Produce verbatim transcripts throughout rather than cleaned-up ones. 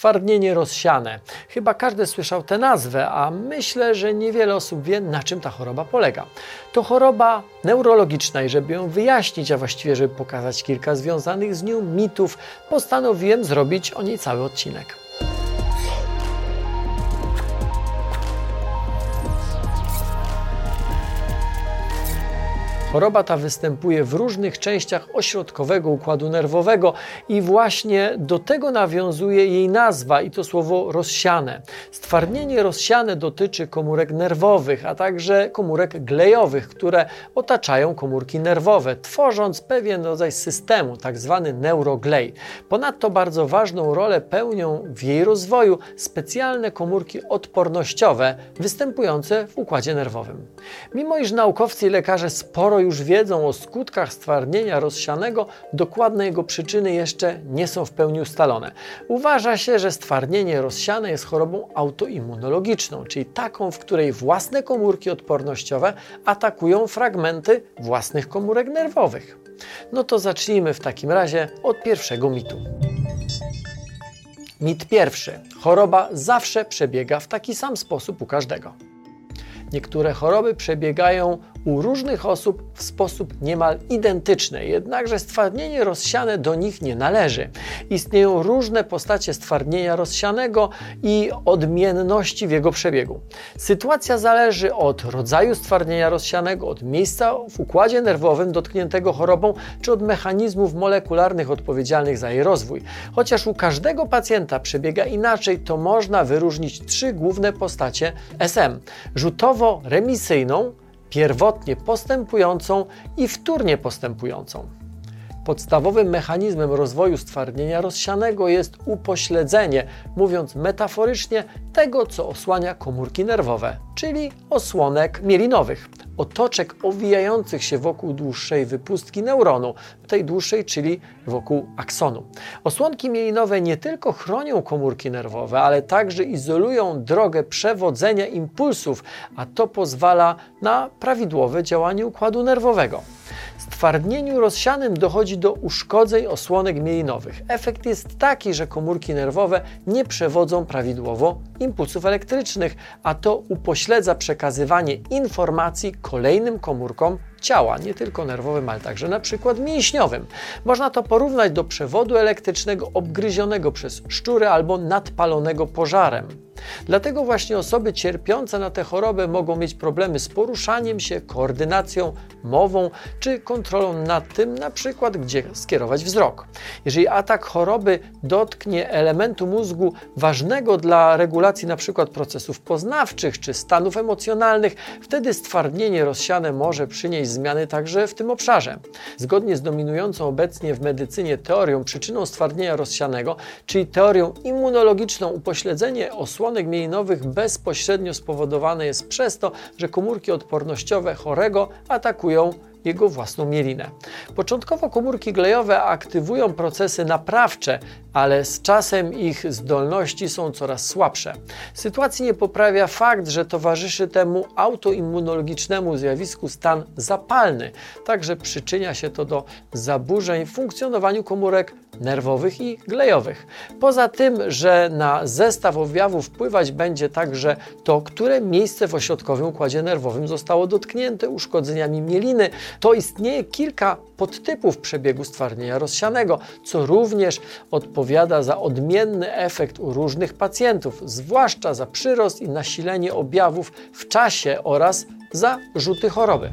Stwardnienie rozsiane. Chyba każdy słyszał tę nazwę, a myślę, że niewiele osób wie, na czym ta choroba polega. To choroba neurologiczna i żeby ją wyjaśnić, a właściwie żeby pokazać kilka związanych z nią mitów, postanowiłem zrobić o niej cały odcinek. Choroba ta występuje w różnych częściach ośrodkowego układu nerwowego i właśnie do tego nawiązuje jej nazwa i to słowo rozsiane. Stwardnienie rozsiane dotyczy komórek nerwowych, a także komórek glejowych, które otaczają komórki nerwowe, tworząc pewien rodzaj systemu, tak zwany neuroglej. Ponadto bardzo ważną rolę pełnią w jej rozwoju specjalne komórki odpornościowe występujące w układzie nerwowym. Mimo iż naukowcy i lekarze sporo już wiedzą o skutkach stwardnienia rozsianego, dokładne jego przyczyny jeszcze nie są w pełni ustalone. Uważa się, że stwardnienie rozsiane jest chorobą autoimmunologiczną, czyli taką, w której własne komórki odpornościowe atakują fragmenty własnych komórek nerwowych. No to zacznijmy w takim razie od pierwszego mitu. Mit pierwszy. Choroba zawsze przebiega w taki sam sposób u każdego. Niektóre choroby przebiegają u różnych osób w sposób niemal identyczny, jednakże stwardnienie rozsiane do nich nie należy. Istnieją różne postacie stwardnienia rozsianego i odmienności w jego przebiegu. Sytuacja zależy od rodzaju stwardnienia rozsianego, od miejsca w układzie nerwowym dotkniętego chorobą, czy od mechanizmów molekularnych odpowiedzialnych za jej rozwój. Chociaż u każdego pacjenta przebiega inaczej, to można wyróżnić trzy główne postacie S M. Rzutowo-remisyjną, pierwotnie postępującą i wtórnie postępującą. Podstawowym mechanizmem rozwoju stwardnienia rozsianego jest upośledzenie, mówiąc metaforycznie, tego, co osłania komórki nerwowe, czyli osłonek mielinowych, otoczek owijających się wokół dłuższej wypustki neuronu, tej dłuższej, czyli wokół aksonu. Osłonki mielinowe nie tylko chronią komórki nerwowe, ale także izolują drogę przewodzenia impulsów, a to pozwala na prawidłowe działanie układu nerwowego. W stwardnieniu rozsianym dochodzi do uszkodzeń osłonek mielinowych. Efekt jest taki, że komórki nerwowe nie przewodzą prawidłowo impulsów elektrycznych, a to upośledza przekazywanie informacji kolejnym komórkom ciała, nie tylko nerwowym, ale także na przykład mięśniowym. Można to porównać do przewodu elektrycznego obgryzionego przez szczury albo nadpalonego pożarem. Dlatego właśnie osoby cierpiące na tę chorobę mogą mieć problemy z poruszaniem się, koordynacją, mową czy kontrolą nad tym, na przykład gdzie skierować wzrok. Jeżeli atak choroby dotknie elementu mózgu ważnego dla regulacji na przykład procesów poznawczych czy stanów emocjonalnych, wtedy stwardnienie rozsiane może przynieść zmiany także w tym obszarze. Zgodnie z dominującą obecnie w medycynie teorią przyczyną stwardnienia rozsianego, czyli teorią immunologiczną, upośledzenie osłonek mielinowych bezpośrednio spowodowane jest przez to, że komórki odpornościowe chorego atakują jego własną mielinę. Początkowo komórki glejowe aktywują procesy naprawcze, ale z czasem ich zdolności są coraz słabsze. Sytuacji nie poprawia fakt, że towarzyszy temu autoimmunologicznemu zjawisku stan zapalny, także przyczynia się to do zaburzeń w funkcjonowaniu komórek nerwowych i glejowych. Poza tym, że na zestaw objawów wpływać będzie także to, które miejsce w ośrodkowym układzie nerwowym zostało dotknięte uszkodzeniami mieliny, to istnieje kilka podtypów przebiegu stwardnienia rozsianego, co również odpowiada za odmienny efekt u różnych pacjentów, zwłaszcza za przyrost i nasilenie objawów w czasie oraz za rzuty choroby.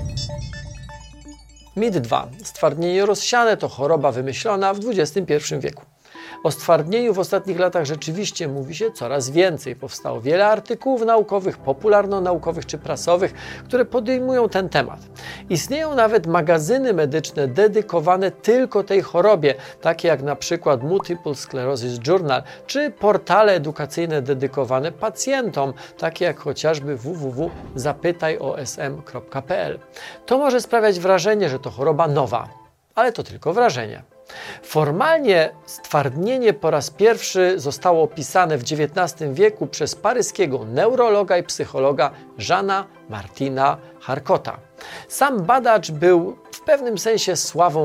Mit dwa. Stwardnienie rozsiane to choroba wymyślona w dwudziestym pierwszym wieku. O stwardnieniu w ostatnich latach rzeczywiście mówi się coraz więcej. Powstało wiele artykułów naukowych, popularno-naukowych czy prasowych, które podejmują ten temat. Istnieją nawet magazyny medyczne dedykowane tylko tej chorobie, takie jak na przykład Multiple Sclerosis Journal, czy portale edukacyjne dedykowane pacjentom, takie jak chociażby w w w kropka zapytaj o s m kropka p l. To może sprawiać wrażenie, że to choroba nowa, ale to tylko wrażenie. Formalnie stwardnienie po raz pierwszy zostało opisane w dziewiętnastym wieku przez paryskiego neurologa i psychologa Jeana Martina Charcotta. Sam badacz był w pewnym sensie sławą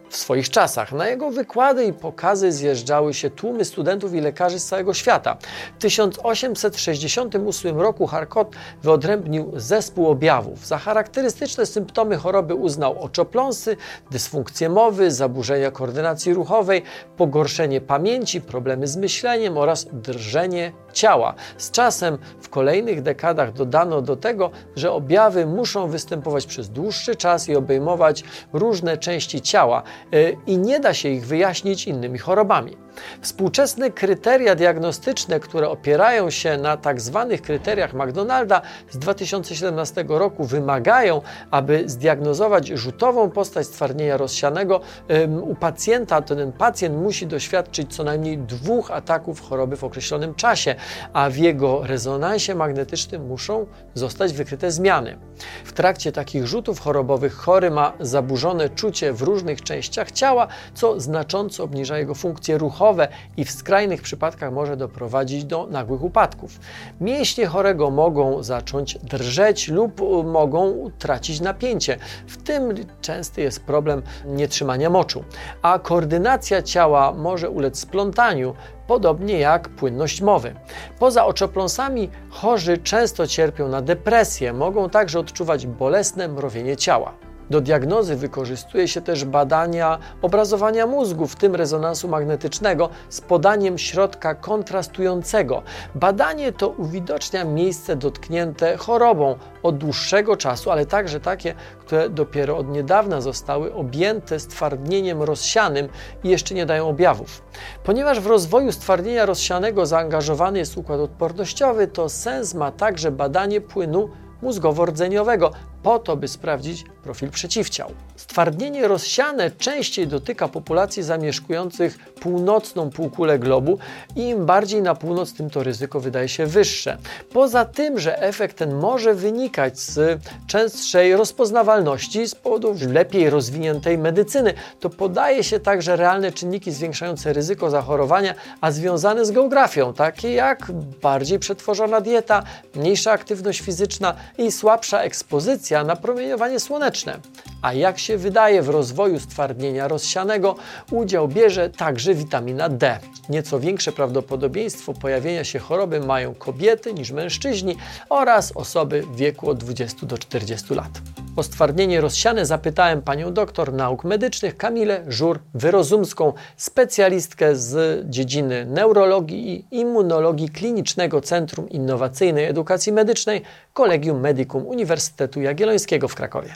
w swoich czasach. Na jego wykłady i pokazy zjeżdżały się tłumy studentów i lekarzy z całego świata. W tysiąc osiemset sześćdziesiątym ósmym roku Charcot wyodrębnił zespół objawów. Za charakterystyczne symptomy choroby uznał oczopląsy, dysfunkcję mowy, zaburzenia koordynacji ruchowej, pogorszenie pamięci, problemy z myśleniem oraz drżenie ciała. Z czasem w kolejnych dekadach dodano do tego, że objawy muszą występować przez dłuższy czas i obejmować różne części ciała yy, i nie da się ich wyjaśnić innymi chorobami. Współczesne kryteria diagnostyczne, które opierają się na tak zwanych kryteriach McDonalda z dwa tysiące siedemnastego roku, wymagają, aby zdiagnozować rzutową postać stwardnienia rozsianego ym, u pacjenta, to ten pacjent musi doświadczyć co najmniej dwóch ataków choroby w określonym czasie, a w jego rezonansie magnetycznym muszą zostać wykryte zmiany. W trakcie takich rzutów chorobowych chory ma zaburzone czucie w różnych częściach ciała, co znacząco obniża jego funkcje ruchowe i w skrajnych przypadkach może doprowadzić do nagłych upadków. Mięśnie chorego mogą zacząć drżeć lub mogą tracić napięcie. W tym częsty jest problem nietrzymania moczu, a koordynacja ciała może ulec splątaniu, podobnie jak płynność mowy. Poza oczopląsami chorzy często cierpią na depresję, mogą także odczuwać bolesne mrowienie ciała. Do diagnozy wykorzystuje się też badania obrazowania mózgu, w tym rezonansu magnetycznego, z podaniem środka kontrastującego. Badanie to uwidocznia miejsce dotknięte chorobą od dłuższego czasu, ale także takie, które dopiero od niedawna zostały objęte stwardnieniem rozsianym i jeszcze nie dają objawów. Ponieważ w rozwoju stwardnienia rozsianego zaangażowany jest układ odpornościowy, to sens ma także badanie płynu mózgowo-rdzeniowego, po to, by sprawdzić profil przeciwciał. Stwardnienie rozsiane częściej dotyka populacji zamieszkujących północną półkulę globu i im bardziej na północ, tym to ryzyko wydaje się wyższe. Poza tym, że efekt ten może wynikać z częstszej rozpoznawalności z powodu lepiej rozwiniętej medycyny, to podaje się także realne czynniki zwiększające ryzyko zachorowania, a związane z geografią, takie jak bardziej przetworzona dieta, mniejsza aktywność fizyczna i słabsza ekspozycja na promieniowanie słoneczne. A jak się wydaje, w rozwoju stwardnienia rozsianego udział bierze także witamina D. Nieco większe prawdopodobieństwo pojawienia się choroby mają kobiety niż mężczyźni oraz osoby w wieku od dwudziestu do czterdziestu lat. O stwardnienie rozsiane zapytałem panią doktor nauk medycznych Kamilę Żur-Wyrozumską, specjalistkę z dziedziny neurologii i immunologii Klinicznego Centrum Innowacyjnej Edukacji Medycznej Collegium Medicum Uniwersytetu Jagiellońskiego w Krakowie.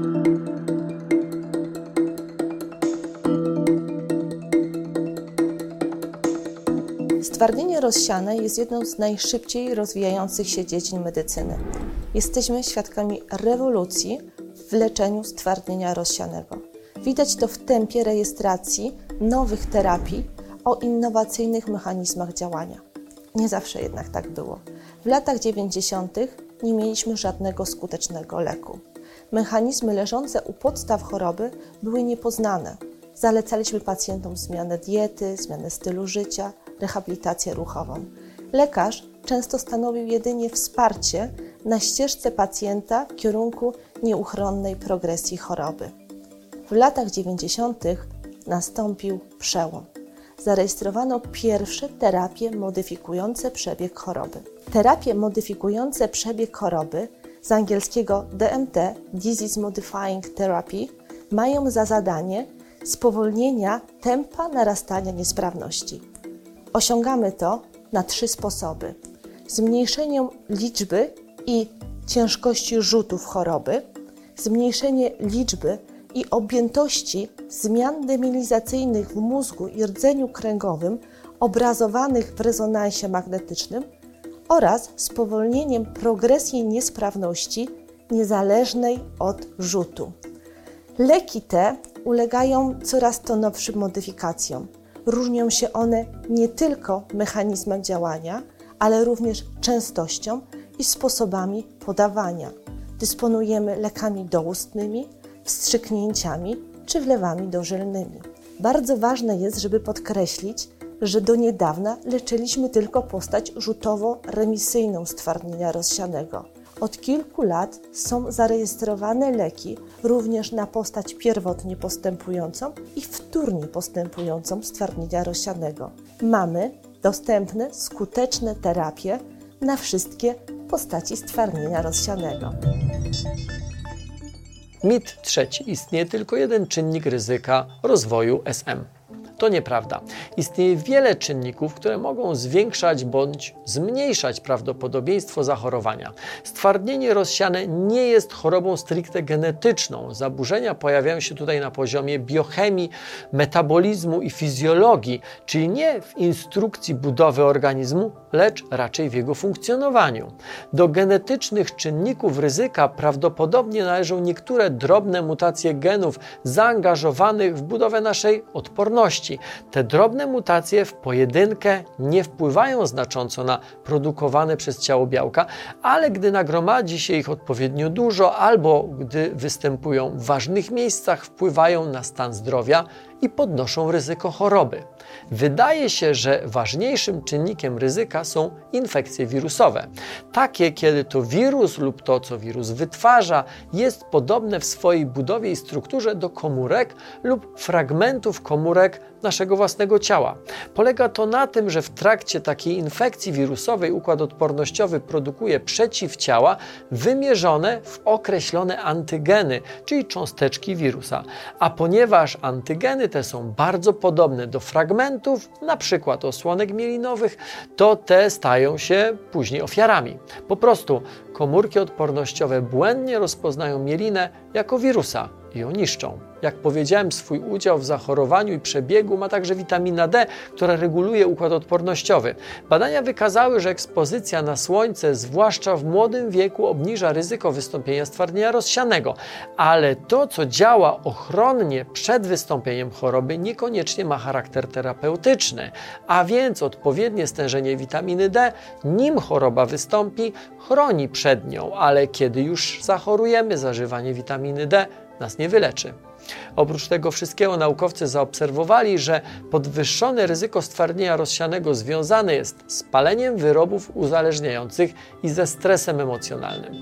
Stwardnienie rozsiane jest jedną z najszybciej rozwijających się dziedzin medycyny. Jesteśmy świadkami rewolucji w leczeniu stwardnienia rozsianego. Widać to w tempie rejestracji nowych terapii o innowacyjnych mechanizmach działania. Nie zawsze jednak tak było. W latach dziewięćdziesiątych nie mieliśmy żadnego skutecznego leku. Mechanizmy leżące u podstaw choroby były niepoznane. Zalecaliśmy pacjentom zmianę diety, zmianę stylu życia, rehabilitację ruchową. Lekarz często stanowił jedynie wsparcie na ścieżce pacjenta w kierunku nieuchronnej progresji choroby. W latach dziewięćdziesiątych nastąpił przełom. Zarejestrowano pierwsze terapie modyfikujące przebieg choroby. Terapie modyfikujące przebieg choroby, z angielskiego D M T, Disease Modifying Therapy, mają za zadanie spowolnienia tempa narastania niesprawności. Osiągamy to na trzy sposoby. Zmniejszeniem liczby i ciężkości rzutów choroby, zmniejszenie liczby i objętości zmian demilinizacyjnych w mózgu i rdzeniu kręgowym obrazowanych w rezonansie magnetycznym oraz spowolnieniem progresji niesprawności niezależnej od rzutu. Leki te ulegają coraz to nowszym modyfikacjom. Różnią się one nie tylko mechanizmem działania, ale również częstością i sposobami podawania. Dysponujemy lekami doustnymi, wstrzyknięciami czy wlewami dożylnymi. Bardzo ważne jest, żeby podkreślić, że do niedawna leczyliśmy tylko postać rzutowo-remisyjną stwardnienia rozsianego. Od kilku lat są zarejestrowane leki również na postać pierwotnie postępującą i wtórnie postępującą stwardnienia rozsianego. Mamy dostępne, skuteczne terapie na wszystkie postaci stwardnienia rozsianego. Mit trzeci. Istnieje tylko jeden czynnik ryzyka rozwoju S M. To nieprawda. Istnieje wiele czynników, które mogą zwiększać bądź zmniejszać prawdopodobieństwo zachorowania. Stwardnienie rozsiane nie jest chorobą stricte genetyczną. Zaburzenia pojawiają się tutaj na poziomie biochemii, metabolizmu i fizjologii, czyli nie w instrukcji budowy organizmu, lecz raczej w jego funkcjonowaniu. Do genetycznych czynników ryzyka prawdopodobnie należą niektóre drobne mutacje genów zaangażowanych w budowę naszej odporności. Te drobne mutacje w pojedynkę nie wpływają znacząco na produkowane przez ciało białka, ale gdy nagromadzi się ich odpowiednio dużo albo gdy występują w ważnych miejscach, wpływają na stan zdrowia i podnoszą ryzyko choroby. Wydaje się, że ważniejszym czynnikiem ryzyka są infekcje wirusowe. Takie, kiedy to wirus lub to, co wirus wytwarza, jest podobne w swojej budowie i strukturze do komórek lub fragmentów komórek naszego własnego ciała. Polega to na tym, że w trakcie takiej infekcji wirusowej układ odpornościowy produkuje przeciwciała wymierzone w określone antygeny, czyli cząsteczki wirusa. A ponieważ antygeny te są bardzo podobne do fragmentów, na przykład osłonek mielinowych, to te stają się później ofiarami. Po prostu komórki odpornościowe błędnie rozpoznają mielinę jako wirusa i ją niszczą. Jak powiedziałem, swój udział w zachorowaniu i przebiegu ma także witamina D, która reguluje układ odpornościowy. Badania wykazały, że ekspozycja na słońce, zwłaszcza w młodym wieku, obniża ryzyko wystąpienia stwardnienia rozsianego, ale to, co działa ochronnie przed wystąpieniem choroby, niekoniecznie ma charakter terapeutyczny, a więc odpowiednie stężenie witaminy D, nim choroba wystąpi, chroni przed nią, ale kiedy już zachorujemy, zażywanie witaminy D nas nie wyleczy. Oprócz tego wszystkiego naukowcy zaobserwowali, że podwyższone ryzyko stwardnienia rozsianego związane jest z paleniem wyrobów uzależniających i ze stresem emocjonalnym.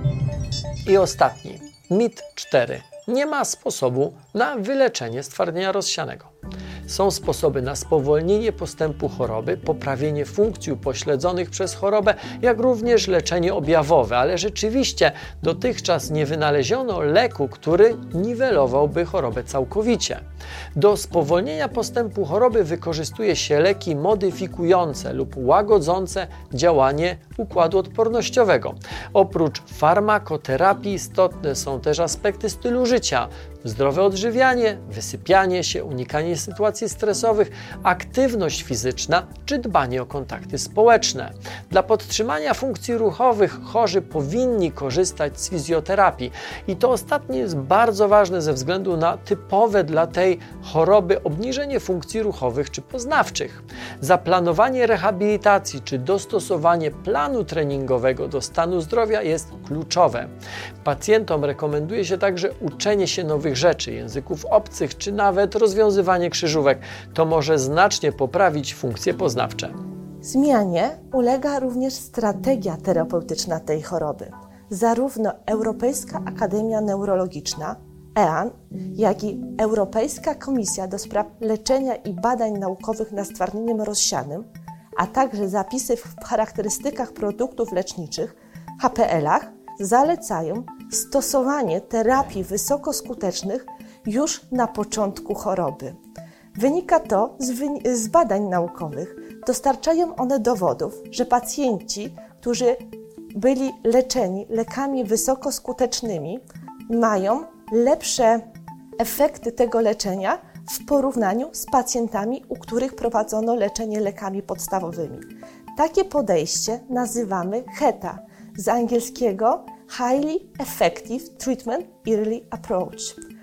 I ostatni, mit cztery. Nie ma sposobu na wyleczenie stwardnienia rozsianego. Są sposoby na spowolnienie postępu choroby, poprawienie funkcji upośledzonych przez chorobę, jak również leczenie objawowe, ale rzeczywiście dotychczas nie wynaleziono leku, który niwelowałby chorobę całkowicie. Do spowolnienia postępu choroby wykorzystuje się leki modyfikujące lub łagodzące działanie układu odpornościowego. Oprócz farmakoterapii istotne są też aspekty stylu życia, zdrowe odżywianie, wysypianie się, unikanie sytuacji stresowych, aktywność fizyczna czy dbanie o kontakty społeczne. Dla podtrzymania funkcji ruchowych chorzy powinni korzystać z fizjoterapii i to ostatnie jest bardzo ważne ze względu na typowe dla tej choroby obniżenie funkcji ruchowych czy poznawczych. Zaplanowanie rehabilitacji czy dostosowanie planu treningowego do stanu zdrowia jest kluczowe. Pacjentom rekomenduje się także uczenie się nowych rzeczy, języków obcych czy nawet rozwiązywanie krzyżówek. To może znacznie poprawić funkcje poznawcze. Zmianie ulega również strategia terapeutyczna tej choroby. Zarówno Europejska Akademia Neurologiczna E A N, jak i Europejska Komisja do Spraw Leczenia i Badań Naukowych nad Stwardnieniem Rozsianym, a także zapisy w charakterystykach produktów leczniczych, H P L-ach, zalecają stosowanie terapii wysokoskutecznych już na początku choroby. Wynika to z, wy- z badań naukowych. Dostarczają one dowodów, że pacjenci, którzy byli leczeni lekami wysokoskutecznymi, mają lepsze efekty tego leczenia w porównaniu z pacjentami, u których prowadzono leczenie lekami podstawowymi. Takie podejście nazywamy H E T A, z angielskiego Highly Effective Treatment Early Approach.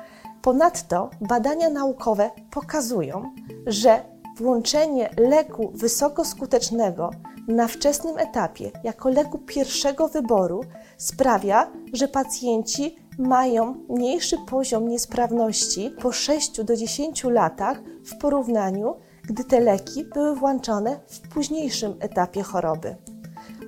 Ponadto badania naukowe pokazują, że włączenie leku wysokoskutecznego na wczesnym etapie jako leku pierwszego wyboru sprawia, że pacjenci mają mniejszy poziom niesprawności po sześciu do dziesięciu latach w porównaniu, gdy te leki były włączone w późniejszym etapie choroby.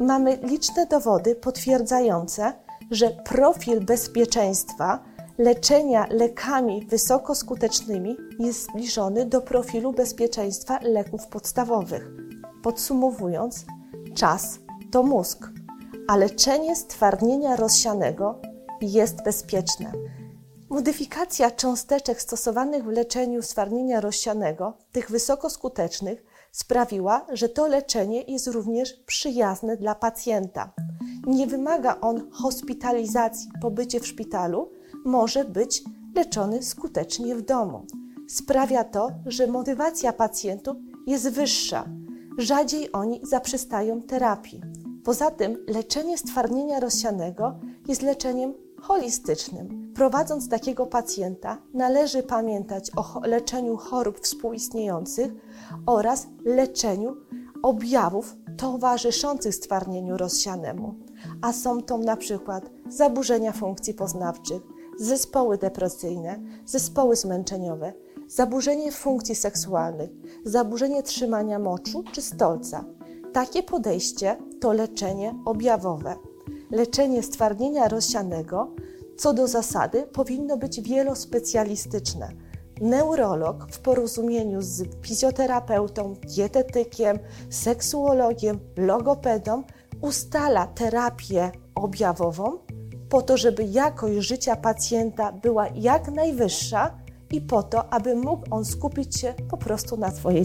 Mamy liczne dowody potwierdzające, że profil bezpieczeństwa leczenia lekami wysokoskutecznymi jest zbliżony do profilu bezpieczeństwa leków podstawowych. Podsumowując, czas to mózg, a leczenie stwardnienia rozsianego jest bezpieczne. Modyfikacja cząsteczek stosowanych w leczeniu stwardnienia rozsianego, tych wysokoskutecznych, sprawiła, że to leczenie jest również przyjazne dla pacjenta. Nie wymaga on hospitalizacji, pobycie w szpitalu, może być leczony skutecznie w domu. Sprawia to, że motywacja pacjentów jest wyższa, rzadziej oni zaprzestają terapii. Poza tym leczenie stwardnienia rozsianego jest leczeniem holistycznym. Prowadząc takiego pacjenta, należy pamiętać o leczeniu chorób współistniejących oraz leczeniu objawów towarzyszących stwardnieniu rozsianemu, a są to na przykład zaburzenia funkcji poznawczych, zespoły depresyjne, zespoły zmęczeniowe, zaburzenie funkcji seksualnych, zaburzenie trzymania moczu czy stolca. Takie podejście to leczenie objawowe. Leczenie stwardnienia rozsianego co do zasady powinno być wielospecjalistyczne. Neurolog w porozumieniu z fizjoterapeutą, dietetykiem, seksuologiem, logopedą ustala terapię objawową po to, żeby jakość życia pacjenta była jak najwyższa i po to, aby mógł on skupić się po prostu na swojej.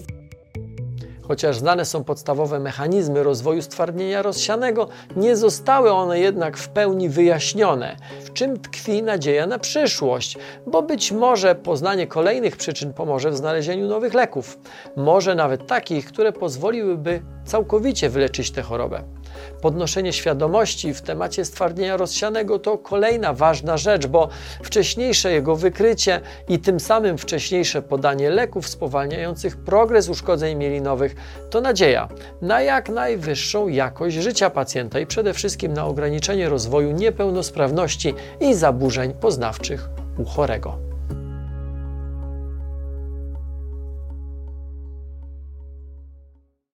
Chociaż znane są podstawowe mechanizmy rozwoju stwardnienia rozsianego, nie zostały one jednak w pełni wyjaśnione, w czym tkwi nadzieja na przyszłość, bo być może poznanie kolejnych przyczyn pomoże w znalezieniu nowych leków, może nawet takich, które pozwoliłyby całkowicie wyleczyć tę chorobę. Podnoszenie świadomości w temacie stwardnienia rozsianego to kolejna ważna rzecz, bo wcześniejsze jego wykrycie i tym samym wcześniejsze podanie leków spowalniających progres uszkodzeń mielinowych to nadzieja na jak najwyższą jakość życia pacjenta i przede wszystkim na ograniczenie rozwoju niepełnosprawności i zaburzeń poznawczych u chorego.